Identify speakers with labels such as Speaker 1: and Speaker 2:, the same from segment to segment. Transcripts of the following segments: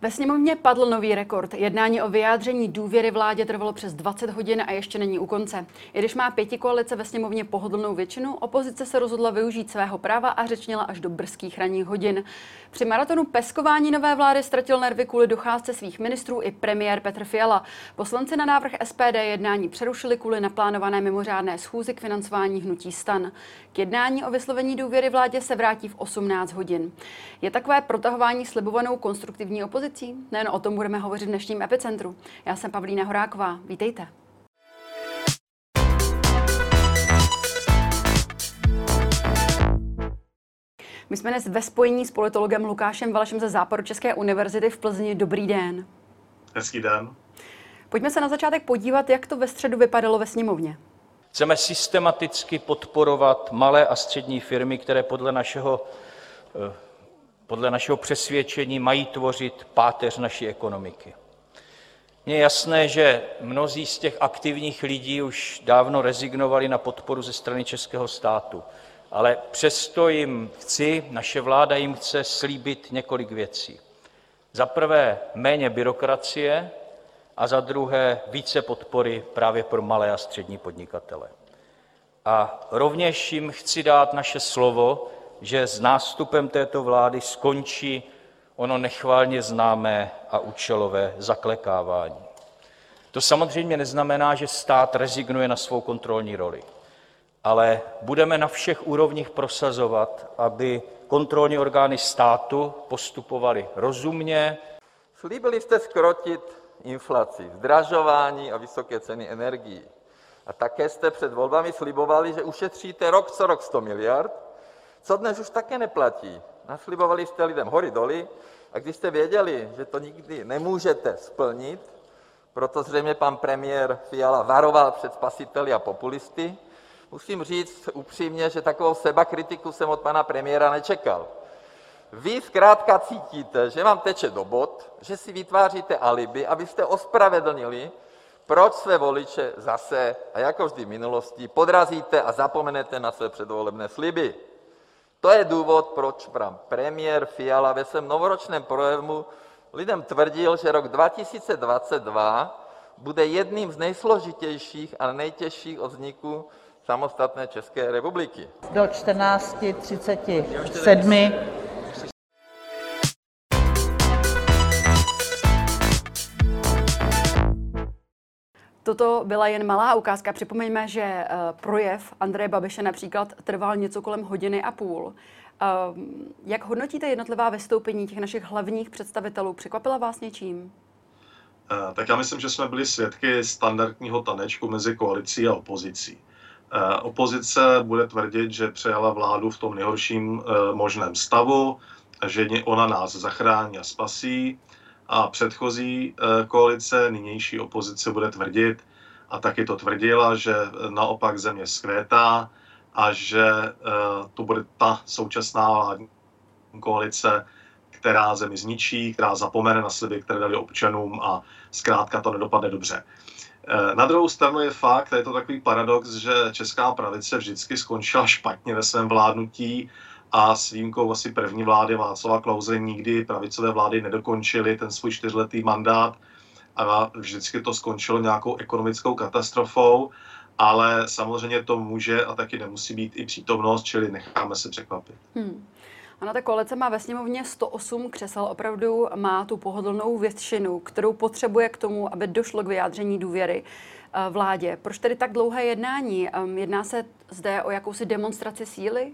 Speaker 1: Ve sněmovně padl nový rekord. Jednání o vyjádření důvěry vládě trvalo přes 20 hodin a ještě není u konce. I když má pětikoalice ve sněmovně pohodlnou většinu, opozice se rozhodla využít svého práva a řečnila až do brzkých ranních hodin. Při maratonu peskování nové vlády ztratil nervy kvůli docházce svých ministrů i premiér Petr Fiala. Poslanci na návrh SPD jednání přerušili kvůli naplánované mimořádné schůzi k financování hnutí STAN. K jednání o vyslovení důvěry vládě se vrátí v 18 hodin. Je takové protahování slibovanou konstruktivní opozicí? Nejen o tom budeme hovořit v dnešním Epicentru. Já jsem Pavlína Horáková. Vítejte. My jsme dnes ve spojení s politologem Lukášem Valešem ze Západočeské univerzity v Plzni. Dobrý den.
Speaker 2: Hezký den.
Speaker 1: Pojďme se na začátek podívat, jak to ve středu vypadalo ve sněmovně.
Speaker 3: Chceme systematicky podporovat malé a střední firmy, které podle našeho přesvědčení mají tvořit páteř naší ekonomiky. Mně je jasné, že mnozí z těch aktivních lidí už dávno rezignovali na podporu ze strany českého státu, ale přesto naše vláda jim chce slíbit několik věcí. Za prvé méně byrokracie a za druhé více podpory právě pro malé a střední podnikatele. A rovněž jim chci dát naše slovo, že s nástupem této vlády skončí ono nechvalně známé a účelové zaklekávání. To samozřejmě neznamená, že stát rezignuje na svou kontrolní roli, ale budeme na všech úrovních prosazovat, aby kontrolní orgány státu postupovaly rozumně.
Speaker 4: Slíbili jste zkrotit inflaci, zdražování a vysoké ceny energií. A také jste před volbami slibovali, že ušetříte rok co rok 100 miliard, co dnes už také neplatí. Naslibovali jste lidem hory doly a když jste věděli, že to nikdy nemůžete splnit, proto zřejmě pan premiér Fiala varoval před spasiteli a populisty, musím říct upřímně, že takovou sebakritiku jsem od pana premiéra nečekal. Vy zkrátka cítíte, že vám teče do bot, že si vytváříte alibi, abyste ospravedlnili, proč své voliče zase a jako vždy v minulosti podrazíte a zapomenete na své předvolebné sliby. To je důvod, proč pan premiér Fiala ve svém novoročním projevu lidem tvrdil, že rok 2022 bude jedním z nejsložitějších a nejtěžších od vzniku samostatné České republiky.
Speaker 5: Do 14:37.
Speaker 1: Toto byla jen malá ukázka. Připomeňme, že projev Andreje Babiše například trval něco kolem hodiny a půl. Jak hodnotíte jednotlivá vystoupení těch našich hlavních představitelů? Překvapila vás něčím?
Speaker 2: Tak já myslím, že jsme byli svědky standardního tanečku mezi koalicí a opozicí. Opozice bude tvrdit, že přejala vládu v tom nejhorším možném stavu, že ona nás zachrání a spasí. A předchozí koalice, nynější opozice bude tvrdit, a taky to tvrdila, že naopak země vzkvétá a že to bude ta současná vládní koalice, která zemi zničí, která zapomene na sliby, které dali občanům a zkrátka to nedopadne dobře. Na druhou stranu je fakt, je to takový paradox, že česká pravice vždycky skončila špatně ve svém vládnutí a s výjimkou asi první vlády Václava Klause nikdy pravicové vlády nedokončily ten svůj 4letý mandát a vždycky to skončilo nějakou ekonomickou katastrofou, ale samozřejmě to může a taky nemusí být i přítomnost, čili necháme se překvapit.
Speaker 1: Ano, ta koalice má ve sněmovně 108 křesel, opravdu má tu pohodlnou většinu, kterou potřebuje k tomu, aby došlo k vyjádření důvěry vládě. Proč tedy tak dlouhé jednání? Jedná se zde o jakousi demonstraci síly?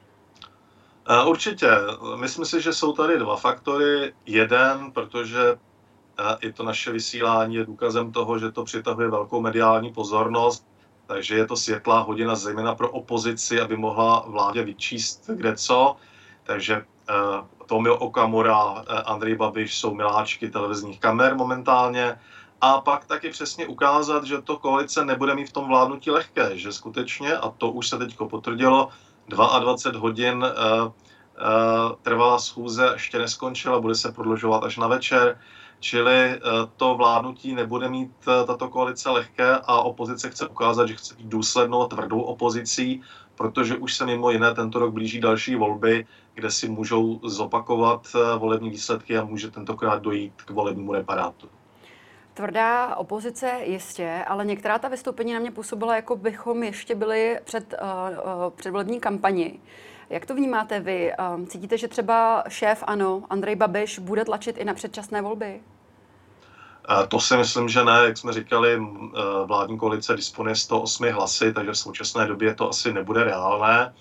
Speaker 2: Určitě. Myslím si, že jsou tady dva faktory. Jeden, protože i to naše vysílání je důkazem toho, že to přitahuje velkou mediální pozornost, takže je to světlá hodina zejména pro opozici, aby mohla vládě vyčíst kdeco. Takže Tomio Okamura, Andrej Babiš jsou miláčky televizních kamer momentálně. A pak taky přesně ukázat, že to koalice nebude mít v tom vládnutí lehké, že skutečně, a to už se teď potvrdilo, 22 hodin trvala schůze, ještě neskončila, bude se prodlužovat až na večer, čili to vládnutí nebude mít tato koalice lehké a opozice chce ukázat, že chce být důslednou a tvrdou opozicí, protože už se mimo jiné tento rok blíží další volby, kde si můžou zopakovat volební výsledky a může tentokrát dojít k volebnímu reparátu.
Speaker 1: Tvrdá opozice jistě, ale některá ta vystoupení na mě působila, jako bychom ještě byli před volební kampani. Jak to vnímáte vy? Cítíte, že třeba šéf ANO, Andrej Babiš, bude tlačit i na předčasné volby?
Speaker 2: To si myslím, že ne. Jak jsme říkali, vládní koalice disponuje 108 hlasy, takže v současné době to asi nebude reálné.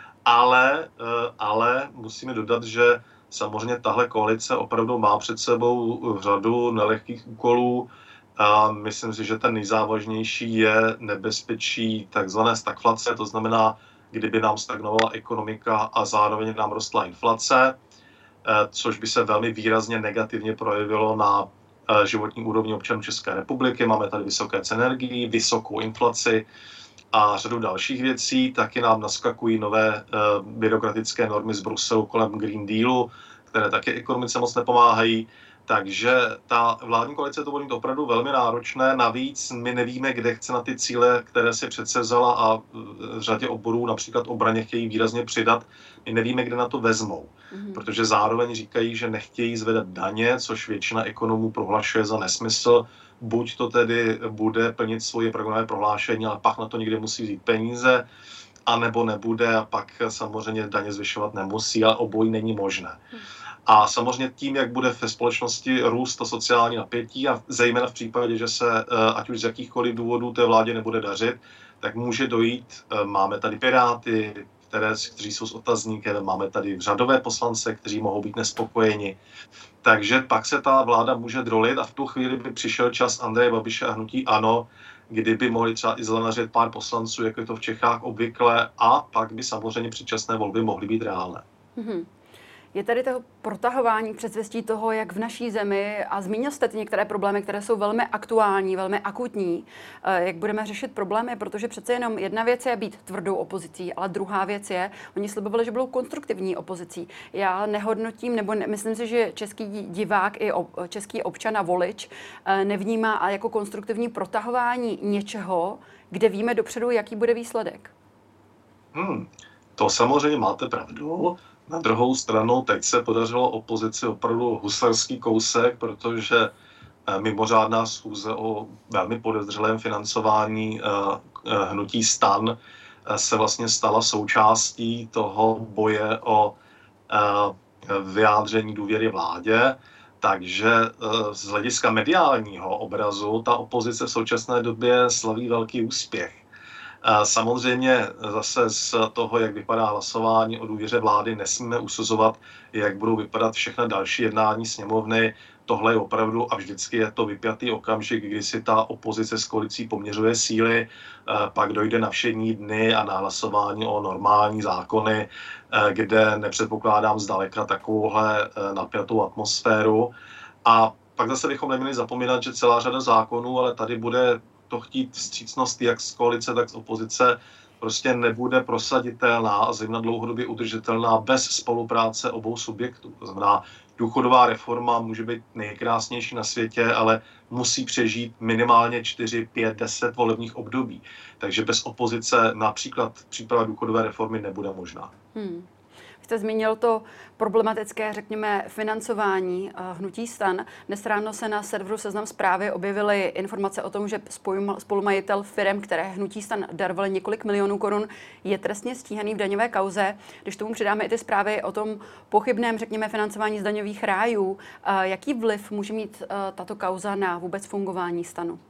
Speaker 2: Ale musíme dodat, že samozřejmě tahle koalice opravdu má před sebou řadu nelehkých úkolů. A myslím si, že ten nejzávažnější je nebezpečí takzvané stagflace, to znamená, kdyby nám stagnovala ekonomika a zároveň nám rostla inflace, což by se velmi výrazně negativně projevilo na životní úrovni občanů České republiky. Máme tady vysoké ceny energií, vysokou inflaci a řadu dalších věcí. Taky nám naskakují nové byrokratické normy z Bruselu kolem Green Dealu, které taky ekonomice moc nepomáhají. Takže ta vládní koalice to bude mít opravdu velmi náročné. Navíc my nevíme, kde chce na ty cíle, které si předsevzala a v řadě oborů, například obraně, chtějí výrazně přidat. My nevíme, kde na to vezmou, protože zároveň říkají, že nechtějí zvedat daně, což většina ekonomů prohlašuje za nesmysl. Buď to tedy bude plnit svoje programové prohlášení, ale pak na to někde musí vzít peníze, anebo nebude a pak samozřejmě daně zvyšovat nemusí, ale obojí není možné. A samozřejmě tím, jak bude ve společnosti růst to sociální napětí a zejména v případě, že se ať už z jakýchkoliv důvodů té vládě nebude dařit, tak může dojít, máme tady Piráty, kteří jsou s otazníkem, máme tady řadové poslance, kteří mohou být nespokojeni. Takže pak se ta vláda může drolit a v tu chvíli by přišel čas Andreje Babiše a hnutí ANO, kdyby mohli třeba i zelenařit pár poslanců, jako je to v Čechách obvykle, a pak by samozřejmě předčasné volby mohly být reálné.
Speaker 1: Je tady toho protahování předzvěstí toho, jak v naší zemi, a zmínil jste ty některé problémy, které jsou velmi aktuální, velmi akutní, jak budeme řešit problémy, protože přece jenom jedna věc je být tvrdou opozicí, ale druhá věc je, oni slibovali, že budou konstruktivní opozicí. Já nehodnotím, nebo myslím si, že český divák i český občan a volič nevnímá jako konstruktivní protahování něčeho, kde víme dopředu, jaký bude výsledek.
Speaker 2: To samozřejmě máte pravdu. Na druhou stranu teď se podařilo opozici opravdu husarský kousek, protože mimořádná schůze o velmi podezřelém financování hnutí STAN se vlastně stala součástí toho boje o vyjádření důvěry vládě. Takže z hlediska mediálního obrazu ta opozice v současné době slaví velký úspěch. Samozřejmě zase z toho, jak vypadá hlasování o důvěře vlády, nesmíme usuzovat, jak budou vypadat všechna další jednání sněmovny. Tohle je opravdu a vždycky je to vypjatý okamžik, kdy si ta opozice s koalicí poměřuje síly, pak dojde na všední dny a na hlasování o normální zákony, kde nepředpokládám zdaleka takovouhle napjatou atmosféru. A pak zase bychom neměli zapomínat, že celá řada zákonů, ale tady bude to chtít vstřícnost jak z koalice, tak z opozice, prostě nebude prosaditelná a zejména dlouhodobě udržitelná bez spolupráce obou subjektů. To znamená, důchodová reforma může být nejkrásnější na světě, ale musí přežít minimálně 4, 5, 10 volebních období. Takže bez opozice například příprava důchodové reformy nebude možná.
Speaker 1: Jste zmínil to problematické, řekněme, financování hnutí STAN. Dnes ráno se na serveru Seznam Zprávy objevily informace o tom, že spolumajitel firem, které hnutí STAN darovaly několik milionů korun, je trestně stíhaný v daňové kauze. Když tomu přidáme i ty zprávy o tom pochybném, řekněme, financování z daňových rájů, jaký vliv může mít tato kauza na vůbec fungování STANu?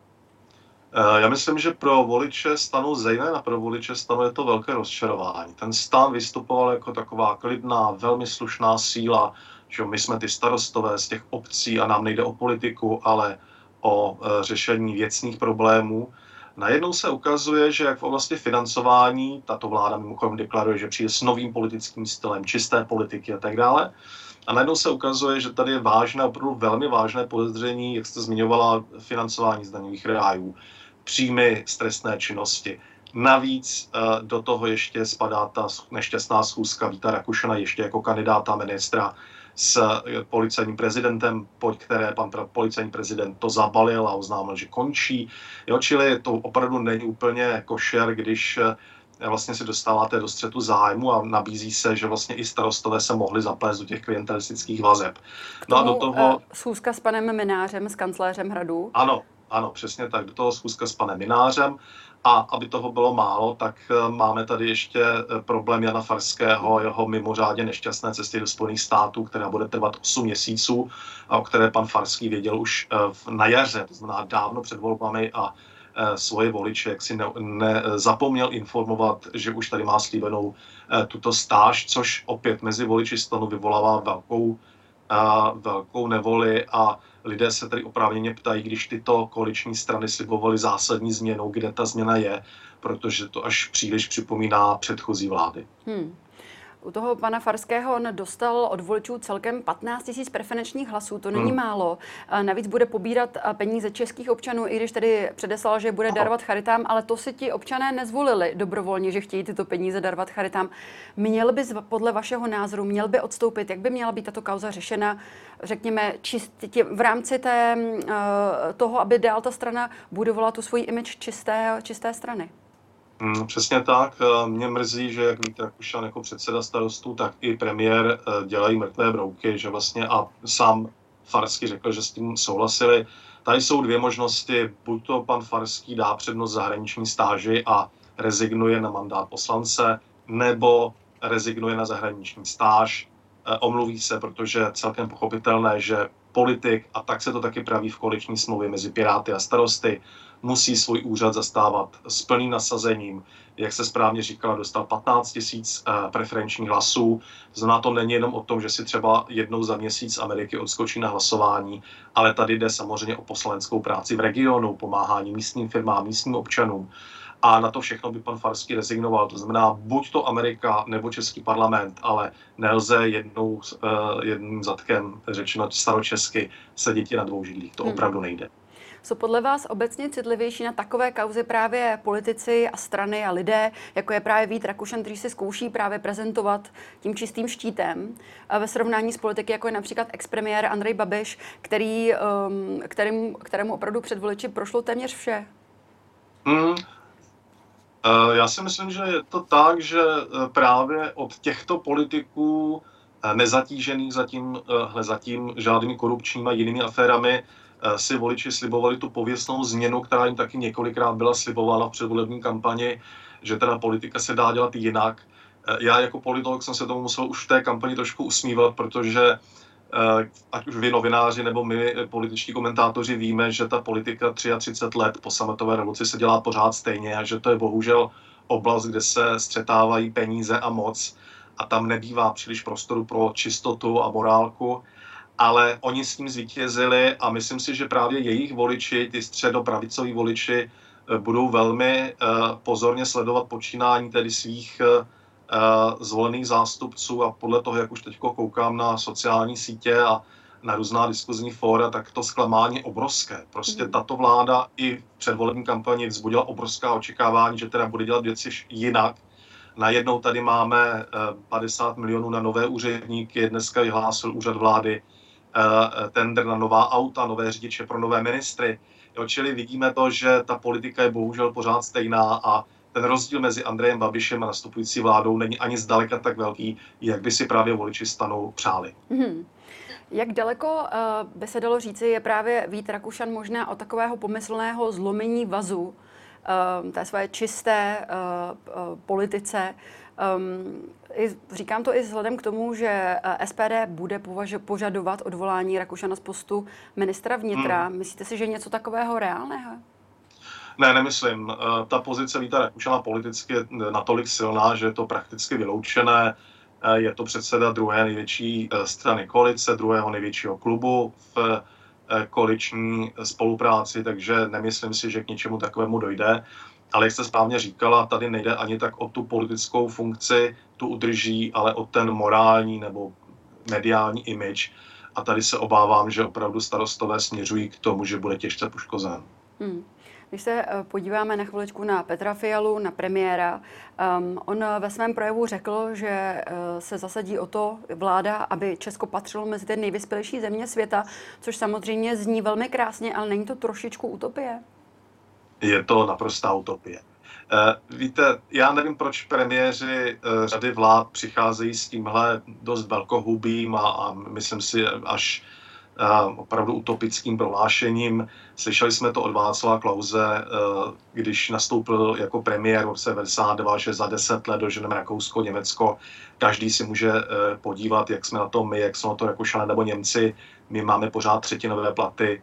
Speaker 2: Já myslím, že pro voliče STANu, zejména pro voliče STANu, je to velké rozčarování. Ten STAN vystupoval jako taková klidná, velmi slušná síla, že my jsme ty starostové z těch obcí a nám nejde o politiku, ale o řešení věcných problémů. Najednou se ukazuje, že jak v oblasti financování, tato vláda mimochodem deklaruje, že přijde s novým politickým stylem, čisté politiky a tak dále. A najednou se ukazuje, že tady je vážné, opravdu velmi vážné podezření, jak jste zmiňovala, financování z daňových rájů, příjmy z trestné činnosti. Navíc do toho ještě spadá ta nešťastná schůzka Víta Rakušana ještě jako kandidáta ministra. s policejním prezidentem, po které pan policejní prezident to zabalil a oznámil, že končí. Jo, čili to opravdu není úplně košer, když vlastně se dostáváte do střetu zájmu a nabízí se, že vlastně i starostové se mohli zaplést do těch klientelistických vazeb.
Speaker 1: No a do toho schůzka s panem Mynářem, s kancléřem Hradu?
Speaker 2: Ano, přesně tak. Do toho schůzka s panem Mynářem. A aby toho bylo málo, tak máme tady ještě problém Jana Farského, jeho mimořádně nešťastné cesty do Spojených států, která bude trvat 8 měsíců a o které pan Farský věděl už na jaře, to znamená dávno před volbami a svoje voliče, jak si zapomněl informovat, že už tady má slíbenou tuto stáž, což opět mezi voliči STANu vyvolává velkou nevoli a lidé se tady oprávněně ptají, když tyto koaliční strany slibovaly zásadní změnu, kde ta změna je, protože to až příliš připomíná předchozí vlády.
Speaker 1: U toho pana Farského on dostal od voličů celkem 15 000 preferenčních hlasů, to není málo. Navíc bude pobírat peníze českých občanů, i když tedy předeslal, že bude darovat charitám, ale to si ti občané nezvolili dobrovolně, že chtějí tyto peníze darovat charitám. Měl by podle vašeho názoru, odstoupit, jak by měla být tato kauza řešena, řekněme, v rámci toho, aby dál ta strana budovala tu svůj image čisté strany?
Speaker 2: Přesně tak. Mě mrzí, že jak Vít Rakušan jako předseda Starostů, tak i premiér dělají mrtvé brouky, že vlastně a sám Farský řekl, že s tím souhlasili. Tady jsou dvě možnosti. Buď to pan Farský dá přednost zahraniční stáži a rezignuje na mandát poslance, nebo rezignuje na zahraniční stáž. Omluví se, protože je celkem pochopitelné, že politik, a tak se to taky praví v koaliční smlouvě mezi Piráty a Starosty, musí svůj úřad zastávat s plným nasazením. Jak se správně říkala, dostal 15 000 preferenčních hlasů. To znamená, to není jenom o tom, že si třeba jednou za měsíc Ameriky odskočí na hlasování, ale tady jde samozřejmě o poslaneckou práci v regionu, pomáhání místním firmám, místním občanům. A na to všechno by pan Farský rezignoval. To znamená, buď to Amerika nebo český parlament, ale nelze jedním zadkem, řečeno staročesky, sedět na dvou židlích. To opravdu nejde.
Speaker 1: Jsou podle vás obecně citlivější na takové kauzy právě politici a strany a lidé, jako je právě Vít Rakušan, který si zkouší právě prezentovat tím čistým štítem ve srovnání s politiky, jako je například expremiér Andrej Babiš, kterému opravdu před voliči prošlo téměř vše?
Speaker 2: Já si myslím, že je to tak, že právě od těchto politiků nezatížených zatím žádnými korupčními a jinými aférami si voliči slibovali tu pověstnou změnu, která jim taky několikrát byla slibována v předvolební kampani, že teda politika se dá dělat jinak. Já jako politolog jsem se tomu musel už v té kampani trošku usmívat, protože ať už vy novináři nebo my političtí komentátoři víme, že ta politika 33 let po sametové revoluci se dělá pořád stejně a že to je bohužel oblast, kde se střetávají peníze a moc a tam nebývá příliš prostoru pro čistotu a morálku. Ale oni s tím zvítězili a myslím si, že právě jejich voliči, ty středopravicoví voliči, budou velmi pozorně sledovat počínání tedy svých zvolených zástupců a podle toho, jak už teď koukám na sociální sítě a na různá diskuzní fóra, tak to zklamání je obrovské. Prostě tato vláda i v předvolební kampani vzbudila obrovská očekávání, že teda bude dělat věci jinak. Najednou tady máme 50 milionů na nové úředníky, dneska vyhlásil úřad vlády tender na nová auta, nové řidiče pro nové ministry. Jo, čili vidíme to, že ta politika je bohužel pořád stejná a ten rozdíl mezi Andrejem Babišem a nastupující vládou není ani zdaleka tak velký, jak by si právě voliči STANu přáli.
Speaker 1: Jak daleko by se dalo říci, je právě Vít Rakušan možná od takového pomyslného zlomení vazu té své čisté politice. Říkám to i vzhledem k tomu, že SPD bude požadovat odvolání Rakušana z postu ministra vnitra. Myslíte si, že je něco takového reálného?
Speaker 2: Ne, nemyslím. Ta pozice Víta Rakušana politicky je natolik silná, že je to prakticky vyloučené. Je to předseda druhé největší strany koalice, druhého největšího klubu v koaliční spolupráci, takže nemyslím si, že k něčemu takovému dojde. Ale jak jste správně říkala, tady nejde ani tak o tu politickou funkci, tu udrží, ale o ten morální nebo mediální image. A tady se obávám, že opravdu starostové směřují k tomu, že bude těžce poškozen.
Speaker 1: Když se podíváme na chviličku na Petra Fialu, na premiéra, on ve svém projevu řekl, že se zasadí o to vláda, aby Česko patřilo mezi ty nejvyspělejší země světa, což samozřejmě zní velmi krásně, ale není to trošičku utopie?
Speaker 2: Je to naprostá utopie. Víte, já nevím, proč premiéři řady vlád přicházejí s tímhle dost velkohubým a myslím si až opravdu utopickým prohlášením. Slyšeli jsme to od Václava Klause, když nastoupil jako premiér v roce 1992, že za 10 let doženeme Rakousko, Německo. Každý si může podívat, jak jsme na tom my, jak jsou na to Rakušané nebo Němci. My máme pořád třetinové platy.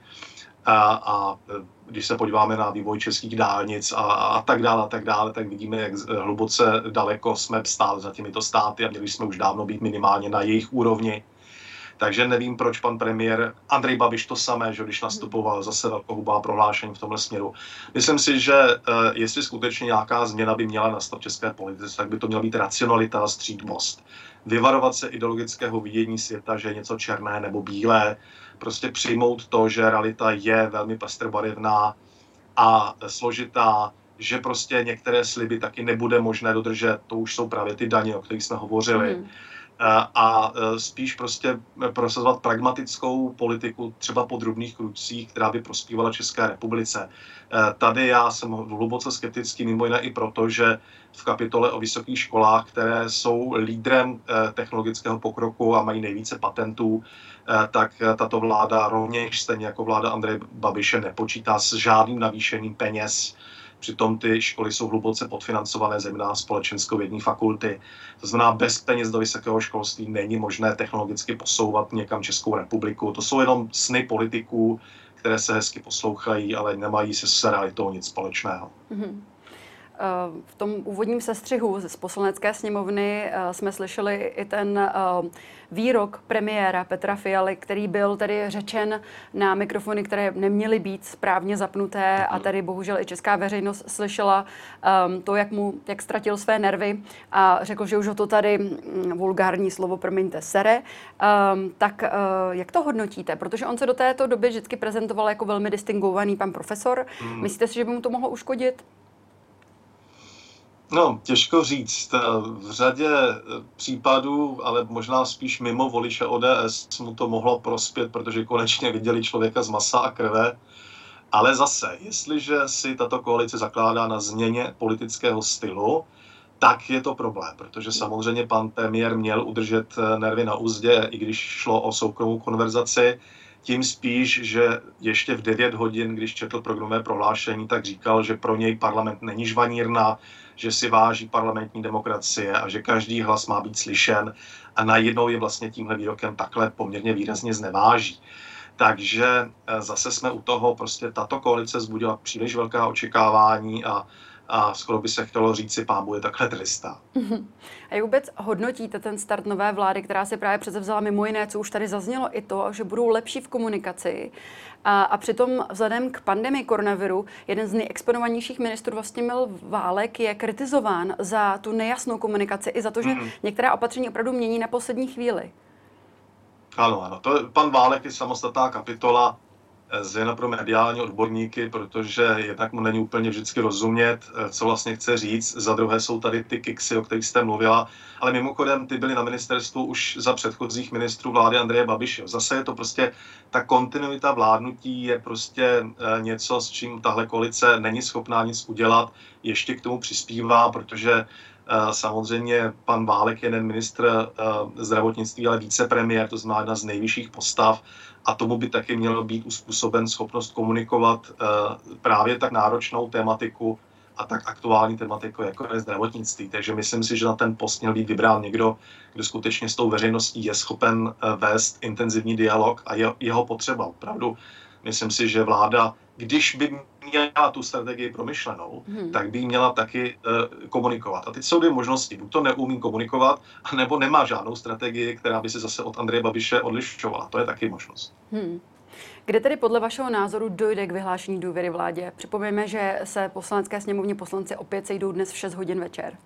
Speaker 2: A když se podíváme na vývoj českých dálnic a tak dále, tak vidíme, jak hluboce daleko jsme stáli za těmito státy a měli jsme už dávno být minimálně na jejich úrovni. Takže nevím, proč pan premiér Andrej Babiš to samé, že když nastupoval zase velkohubá prohlášení v tomhle směru. Myslím si, že jestli skutečně nějaká změna by měla nastat v české politice, tak by to měla být racionalita a střídmost. Vyvarovat se ideologického vidění světa, že je něco černé nebo bílé, prostě přijmout to, že realita je velmi pestrobarevná a složitá, že prostě některé sliby taky nebude možné dodržet, to už jsou právě ty daně, o kterých jsme hovořili. A spíš prostě prosazovat pragmatickou politiku třeba po drobných kručcích, která by prospívala České republice. Tady já jsem hluboce skeptický, mimo jiné i proto, že v kapitole o vysokých školách, které jsou lídrem technologického pokroku a mají nejvíce patentů, tak tato vláda rovněž stejně jako vláda Andreje Babiše nepočítá s žádným navýšením peněz. Přitom ty školy jsou hluboce podfinancované, zejména společenskovědní fakulty. To znamená, bez peněz do vysokého školství není možné technologicky posouvat někam Českou republiku. To jsou jenom sny politiků, které se hezky poslouchají, ale nemají se s realitou nic společného.
Speaker 1: V tom úvodním sestřihu z Poslanecké sněmovny jsme slyšeli i ten výrok premiéra Petra Fialy, který byl tedy řečen na mikrofony, které neměly být správně zapnuté a tady bohužel i česká veřejnost slyšela to, jak ztratil své nervy a řekl, že už ho to tady, vulgární slovo, promiňte, sere. Tak jak to hodnotíte? Protože on se do této doby vždycky prezentoval jako velmi distingovaný pan profesor. Myslíte si, že by mu to mohlo uškodit?
Speaker 2: No, těžko říct. V řadě případů, ale možná spíš mimo voliče ODS mu to mohlo prospět, protože konečně viděli člověka z masa a krve. Ale zase, jestliže si tato koalice zakládá na změně politického stylu, tak je to problém, protože samozřejmě pan premiér měl udržet nervy na uzdě, i když šlo o soukromou konverzaci. Tím spíš, že ještě v 9 hodin, když četl programové prohlášení, tak říkal, že pro něj parlament není žvanírna, že si váží parlamentní demokracie a že každý hlas má být slyšen a najednou je vlastně tímhle výrokem takhle poměrně výrazně zneváží. Takže zase jsme u toho, prostě tato koalice vzbudila příliš velká očekávání a skoro by se chtělo říct si, pán bude takhle trestá.
Speaker 1: A jak vůbec hodnotíte ten start nové vlády, která si právě předevzala mimo jiné, co už tady zaznělo, i to, že budou lepší v komunikaci a přitom vzhledem k pandemii koronaviru jeden z nejexponovanějších ministrů Vlastimil Válek je kritizován za tu nejasnou komunikaci i za to, že některá opatření opravdu mění na poslední chvíli.
Speaker 2: Ano. Pan Válek je samostatná kapitola, zejména pro mediální odborníky, protože jednak mu není úplně vždycky rozumět, co vlastně chce říct. Za druhé jsou tady ty kiksy, o kterých jste mluvila, ale mimochodem ty byly na ministerstvu už za předchozích ministrů vlády Andreje Babiše. Zase je to prostě, ta kontinuita vládnutí je prostě něco, s čím tahle koalice není schopná nic udělat. Ještě k tomu přispívá, protože samozřejmě pan Válek je jeden ministr zdravotnictví, ale vicepremiér, to znamená jedna z nejvyšších postav a tomu by taky mělo být uspůsoben schopnost komunikovat právě tak náročnou tematiku a tak aktuální tematiku, jako je zdravotnictví. Takže myslím si, že na ten post měl být vybrán někdo, kdo skutečně s tou veřejností je schopen vést intenzivní dialog a jeho potřeba opravdu. Myslím si, že vláda, když by měla tu strategii promyšlenou, tak by měla taky komunikovat. A teď jsou dvě možnosti. Buď to neumí komunikovat, nebo nemá žádnou strategii, která by se zase od Andreje Babiše odlišovala. To je taky možnost.
Speaker 1: Kde tedy podle vašeho názoru dojde k vyhlášení důvěry vládě? Připomeňme, že se Poslanecké sněmovně poslanci opět sejdou dnes v 6 hodin večer.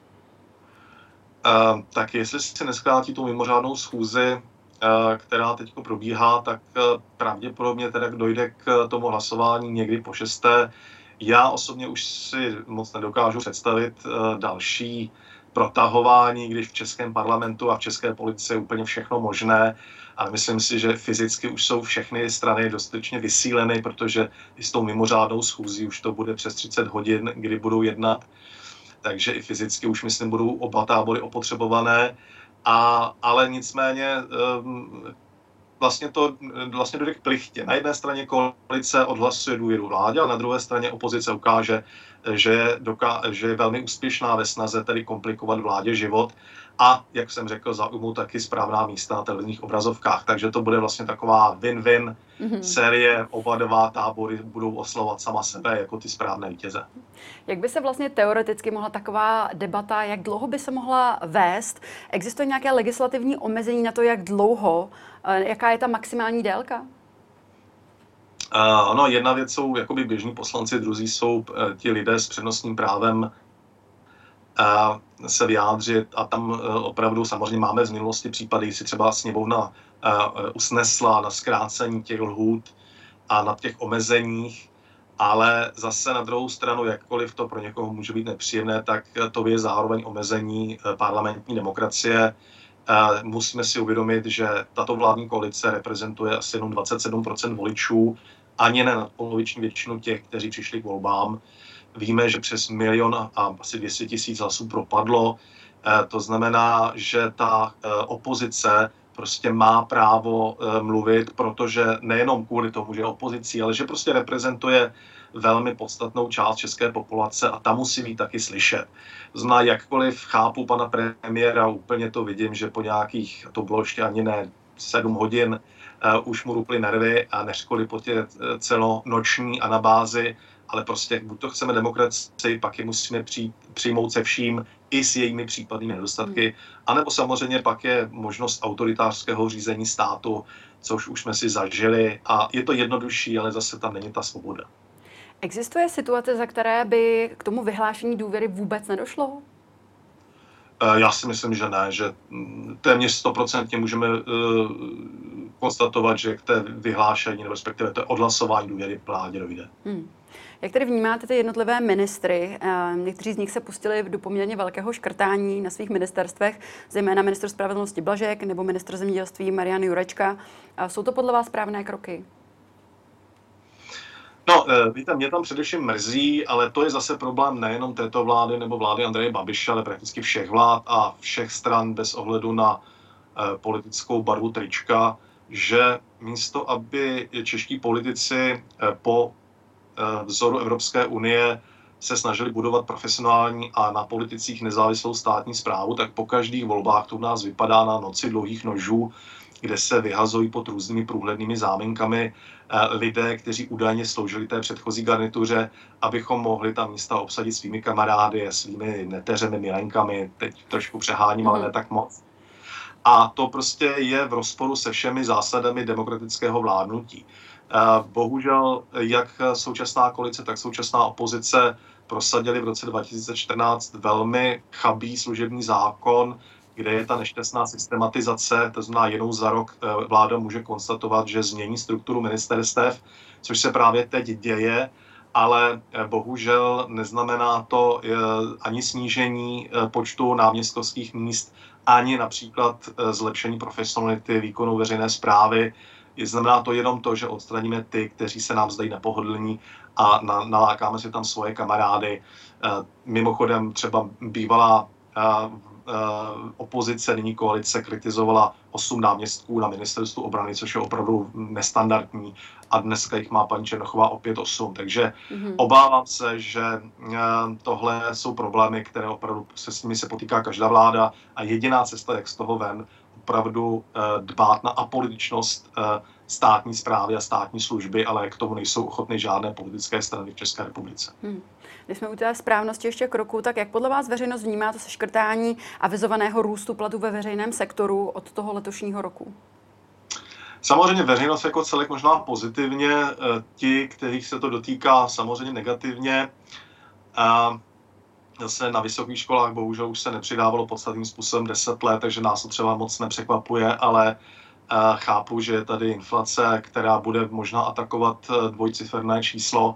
Speaker 2: Tak jestli se neskrátí tu mimořádnou schůzi, která teď probíhá, tak pravděpodobně teda dojde k tomu hlasování někdy po 6. Já osobně už si moc nedokážu představit další protahování, když v českém parlamentu a v české politice je úplně všechno možné, ale myslím si, že fyzicky už jsou všechny strany dostatečně vysíleny, protože i s tou mimořádnou schůzí už to bude přes 30 hodin, kdy budou jednat, takže i fyzicky už myslím budou oba tábory opotřebované, ale nicméně vlastně dojde k plichtě. Na jedné straně koalice odhlasuje důvěru vládě, a na druhé straně opozice ukáže, že je velmi úspěšná ve snaze tedy komplikovat vládě život a, jak jsem řekl, zaujmou taky správná místa na televizních obrazovkách. Takže to bude vlastně taková win-win série. Oba dva tábory budou oslavovat sama sebe jako ty správné vítěze.
Speaker 1: Jak by se vlastně teoreticky mohla taková debata, jak dlouho by se mohla vést? Existuje nějaké legislativní omezení na to, jak dlouho? Jaká je ta maximální délka?
Speaker 2: Ano, jedna věc jsou jakoby běžní poslanci, druzí jsou ti lidé s přednostním právem se vyjádřit a tam opravdu samozřejmě máme z minulosti případy, kdy si třeba sněmovna usnesla na zkrácení těch lhůt a na těch omezeních, ale zase na druhou stranu, jakkoliv to pro někoho může být nepříjemné, tak to je zároveň omezení parlamentní demokracie. Musíme si uvědomit, že tato vládní koalice reprezentuje asi jenom 27% voličů, ani ne nadpoloviční většinu těch, kteří přišli k volbám. Víme, že přes 1 milion a asi 200 000 hlasů propadlo. To znamená, že ta opozice prostě má právo mluvit, protože nejenom kvůli tomu, že je opozicí, ale že prostě reprezentuje velmi podstatnou část české populace a ta musí být taky slyšet. To znamená, jakkoliv chápu pana premiéra, úplně to vidím, že po nějakých, to bylo ještě ani ne 7 hodin, už mu ruply nervy a neřkoli po tě celonoční a na bázi, ale prostě buď to chceme demokracii, pak je musíme přijmout se vším, i s jejími případnými nedostatky, anebo samozřejmě pak je možnost autoritářského řízení státu, což už jsme si zažili a je to jednodušší, ale zase tam není ta svoboda.
Speaker 1: Existuje situace, za které by k tomu vyhlášení důvěry vůbec nedošlo?
Speaker 2: Já si myslím, že ne, že téměř 100% můžeme konstatovat, že k té vyhlášení, nebo respektive to odhlasování důvěry vládě dojde.
Speaker 1: Jak tedy vnímáte ty jednotlivé ministry? Někteří z nich se pustili do poměrně velkého škrtání na svých ministerstvech, zejména ministr spravedlnosti Blažek nebo ministr zemědělství Marian Jurečka. Jsou to podle vás správné kroky?
Speaker 2: No, víte, mě tam především mrzí, ale to je zase problém nejenom této vlády nebo vlády Andreje Babiše, ale prakticky všech vlád a všech stran bez ohledu na politickou barvu trička, že místo, aby čeští politici po vzoru Evropské unie se snažili budovat profesionální a na politicích nezávislou státní správu, tak po každých volbách to u nás vypadá na noci dlouhých nožů, kde se vyhazují pod různými průhlednými záminkami lidé, kteří údajně sloužili té předchozí garnituře, abychom mohli ta místa obsadit svými kamarády a svými neteřemi, milenkami, teď trošku přeháním, ale ne tak moc. A to prostě je v rozporu se všemi zásadami demokratického vládnutí. Bohužel jak současná koalice, tak současná opozice prosadili v roce 2014 velmi chabý služební zákon, kde je ta nešťastná systematizace, to znamená jenom za rok vláda může konstatovat, že změní strukturu ministerstev, což se právě teď děje, ale bohužel neznamená to ani snížení počtu náměstkovských míst, ani například zlepšení profesionality výkonu veřejné správy. Znamená to jenom to, že odstraníme ty, kteří se nám zdají nepohodlní a nalákáme si tam svoje kamarády. Mimochodem třeba bývalá opozice, nyní koalice, kritizovala 8 náměstků na ministerstvu obrany, což je opravdu nestandardní a dneska jich má paní Černochová opět 8. Takže obávám se, že tohle jsou problémy, které opravdu s nimi se potýká každá vláda a jediná cesta, jak z toho ven, opravdu dbát na apolitičnost státní správy a státní služby, ale k tomu nejsou ochotny žádné politické strany v České republice.
Speaker 1: Když jsme u té správnosti ještě kroku, tak jak podle vás veřejnost vnímá to seškrtání avizovaného růstu platů ve veřejném sektoru od toho letošního roku?
Speaker 2: Samozřejmě veřejnost jako celek možná pozitivně, ti, kterých se to dotýká, samozřejmě negativně. Zase na vysokých školách bohužel už se nepřidávalo podstatným způsobem 10 let, takže nás to třeba moc nepřekvapuje, ale chápu, že je tady inflace, která bude možná atakovat dvojciferné číslo.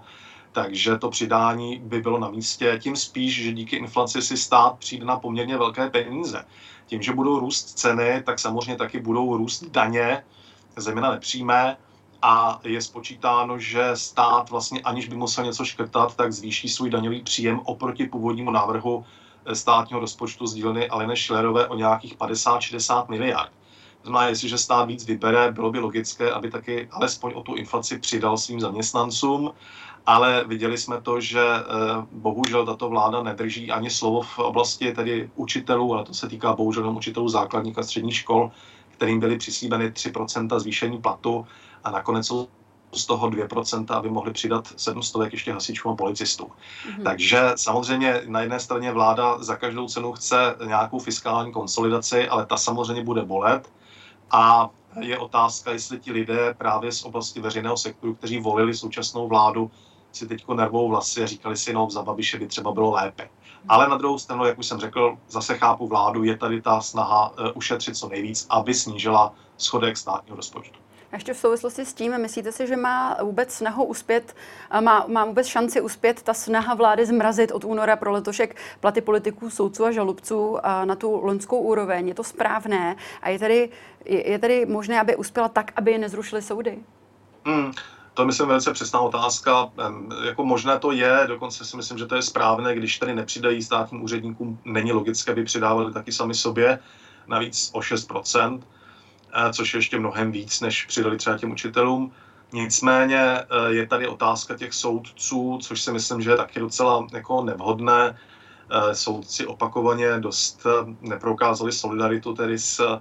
Speaker 2: takže to přidání by bylo na místě. Tím spíš, že díky inflaci si stát přijde na poměrně velké peníze. Tím, že budou růst ceny, tak samozřejmě taky budou růst daně, zejména nepřímé, a je spočítáno, že stát vlastně aniž by musel něco škrtat, tak zvýší svůj daňový příjem oproti původnímu návrhu státního rozpočtu z dílny Aleny Schillerové o nějakých 50-60 miliard. To znamená, jestliže stát víc vybere, bylo by logické, aby taky alespoň o tu inflaci přidal svým zaměstnancům, ale viděli jsme to, že bohužel tato vláda nedrží ani slovo v oblasti tedy učitelů, ale to se týká bohužel jenom učitelů základních a středních škol, kterým byly přislíbeny 3% zvýšení platu a nakonec jsou z toho 2%, aby mohli přidat 700 ještě hasičů a policistů. Takže samozřejmě na jedné straně vláda za každou cenu chce nějakou fiskální konsolidaci, ale ta samozřejmě bude bolet. A je otázka, jestli ti lidé právě z oblasti veřejného sektoru, kteří volili současnou vládu, si teďko nervou vlasy a říkali si, no za Babiše by třeba bylo lépe. Ale na druhou stranu, jak už jsem řekl, zase chápu vládu, je tady ta snaha ušetřit co nejvíc, aby snížila schodek státního rozpočtu.
Speaker 1: A ještě v souvislosti s tím, myslíte si, že má vůbec snahu uspět, má vůbec šanci uspět ta snaha vlády zmrazit od února pro letošek platy politiků, soudců a žalobců na tu loňskou úroveň? Je to správné? A je tady možné, aby uspěla tak, aby je nezrušily soudy?
Speaker 2: To je, myslím, velice přesná otázka. Jako možné to je, dokonce si myslím, že to je správné, když tady nepřidají státním úředníkům, není logické, aby přidávali taky sami sobě, navíc o 6%, což je ještě mnohem víc, než přidali třeba těm učitelům. Nicméně je tady otázka těch soudců, což si myslím, že je taky docela jako nevhodné. Soudci opakovaně dost neprokázali solidaritu tedy s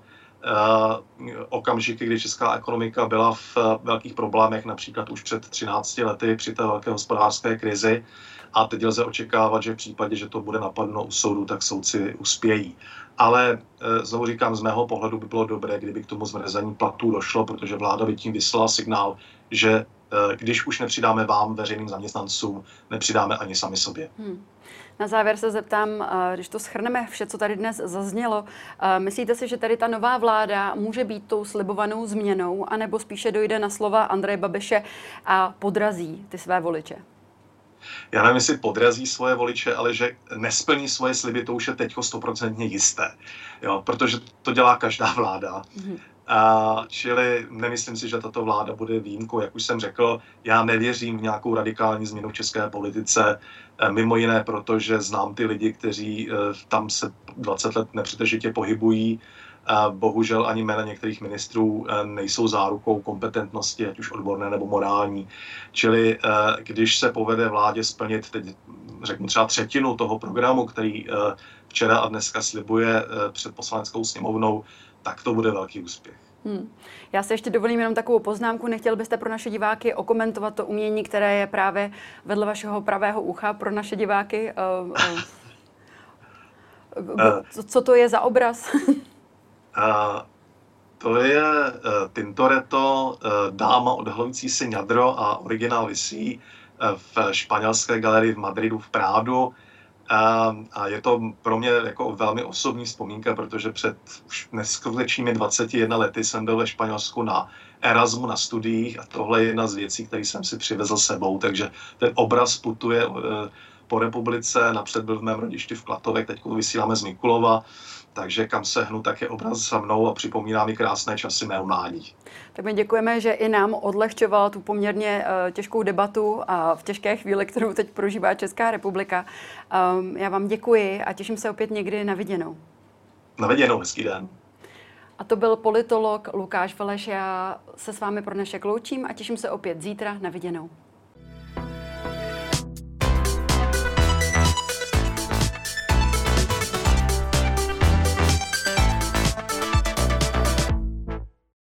Speaker 2: okamžiky, kdy česká ekonomika byla v velkých problémech, například už před 13 lety při té velké hospodářské krizi. A teď lze očekávat, že v případě, že to bude napadeno u soudu, tak soudci uspějí. Ale znovu říkám, z mého pohledu by bylo dobré, kdyby k tomu zmrazení platů došlo, protože vláda by tím vyslala signál, že když už nepřidáme vám, veřejným zaměstnancům, nepřidáme ani sami sobě.
Speaker 1: Na závěr se zeptám, když to shrneme vše, co tady dnes zaznělo, myslíte si, že tady ta nová vláda může být tou slibovanou změnou, anebo spíše dojde na slova Andreje Babiše a podrazí ty své voliče?
Speaker 2: Já nevím, jestli podrazí svoje voliče, ale že nesplní svoje sliby, to už je teď 100% jisté. Jo, protože to dělá každá vláda. Čili nemyslím si, že tato vláda bude výjimkou. Jak už jsem řekl, já nevěřím v nějakou radikální změnu v české politice. Mimo jiné proto, že znám ty lidi, kteří tam se 20 let nepřetržitě pohybují. Bohužel ani jména některých ministrů nejsou zárukou kompetentnosti, ať už odborné nebo morální. Čili když se povede vládě splnit, teď řeknu třeba třetinu toho programu, který včera a dneska slibuje před Poslaneckou sněmovnou, tak to bude velký úspěch.
Speaker 1: Já se ještě dovolím jenom takovou poznámku. Nechtěl byste pro naše diváky okomentovat to umění, které je právě vedle vašeho pravého ucha pro naše diváky? Co to je za obraz?
Speaker 2: To je Tintoretto, dáma odhalující si ňadro, a originál visí v španělské galerii v Madridu v Prádu. A je to pro mě jako velmi osobní vzpomínka, protože před už neskutečnými 21 lety jsem byl ve Španělsku na Erasmu na studiích a tohle je jedna z věcí, které jsem si přivezl sebou, takže ten obraz putuje po republice, napřed byl v mém rodišti v Klatovech, teď vysíláme z Mikulova, takže kam se hnu, tak je obraz za mnou a připomíná mi krásné časy mého mládí.
Speaker 1: Tak my děkujeme, že i nám odlehčoval tu poměrně těžkou debatu a v těžké chvíli, kterou teď prožívá Česká republika. Já vám děkuji a těším se opět někdy na viděnou.
Speaker 2: Na viděnou, hezký den.
Speaker 1: A to byl politolog Lukáš Veleš. Já se s vámi pro dnešek loučím a těším se opět zítra na viděnou.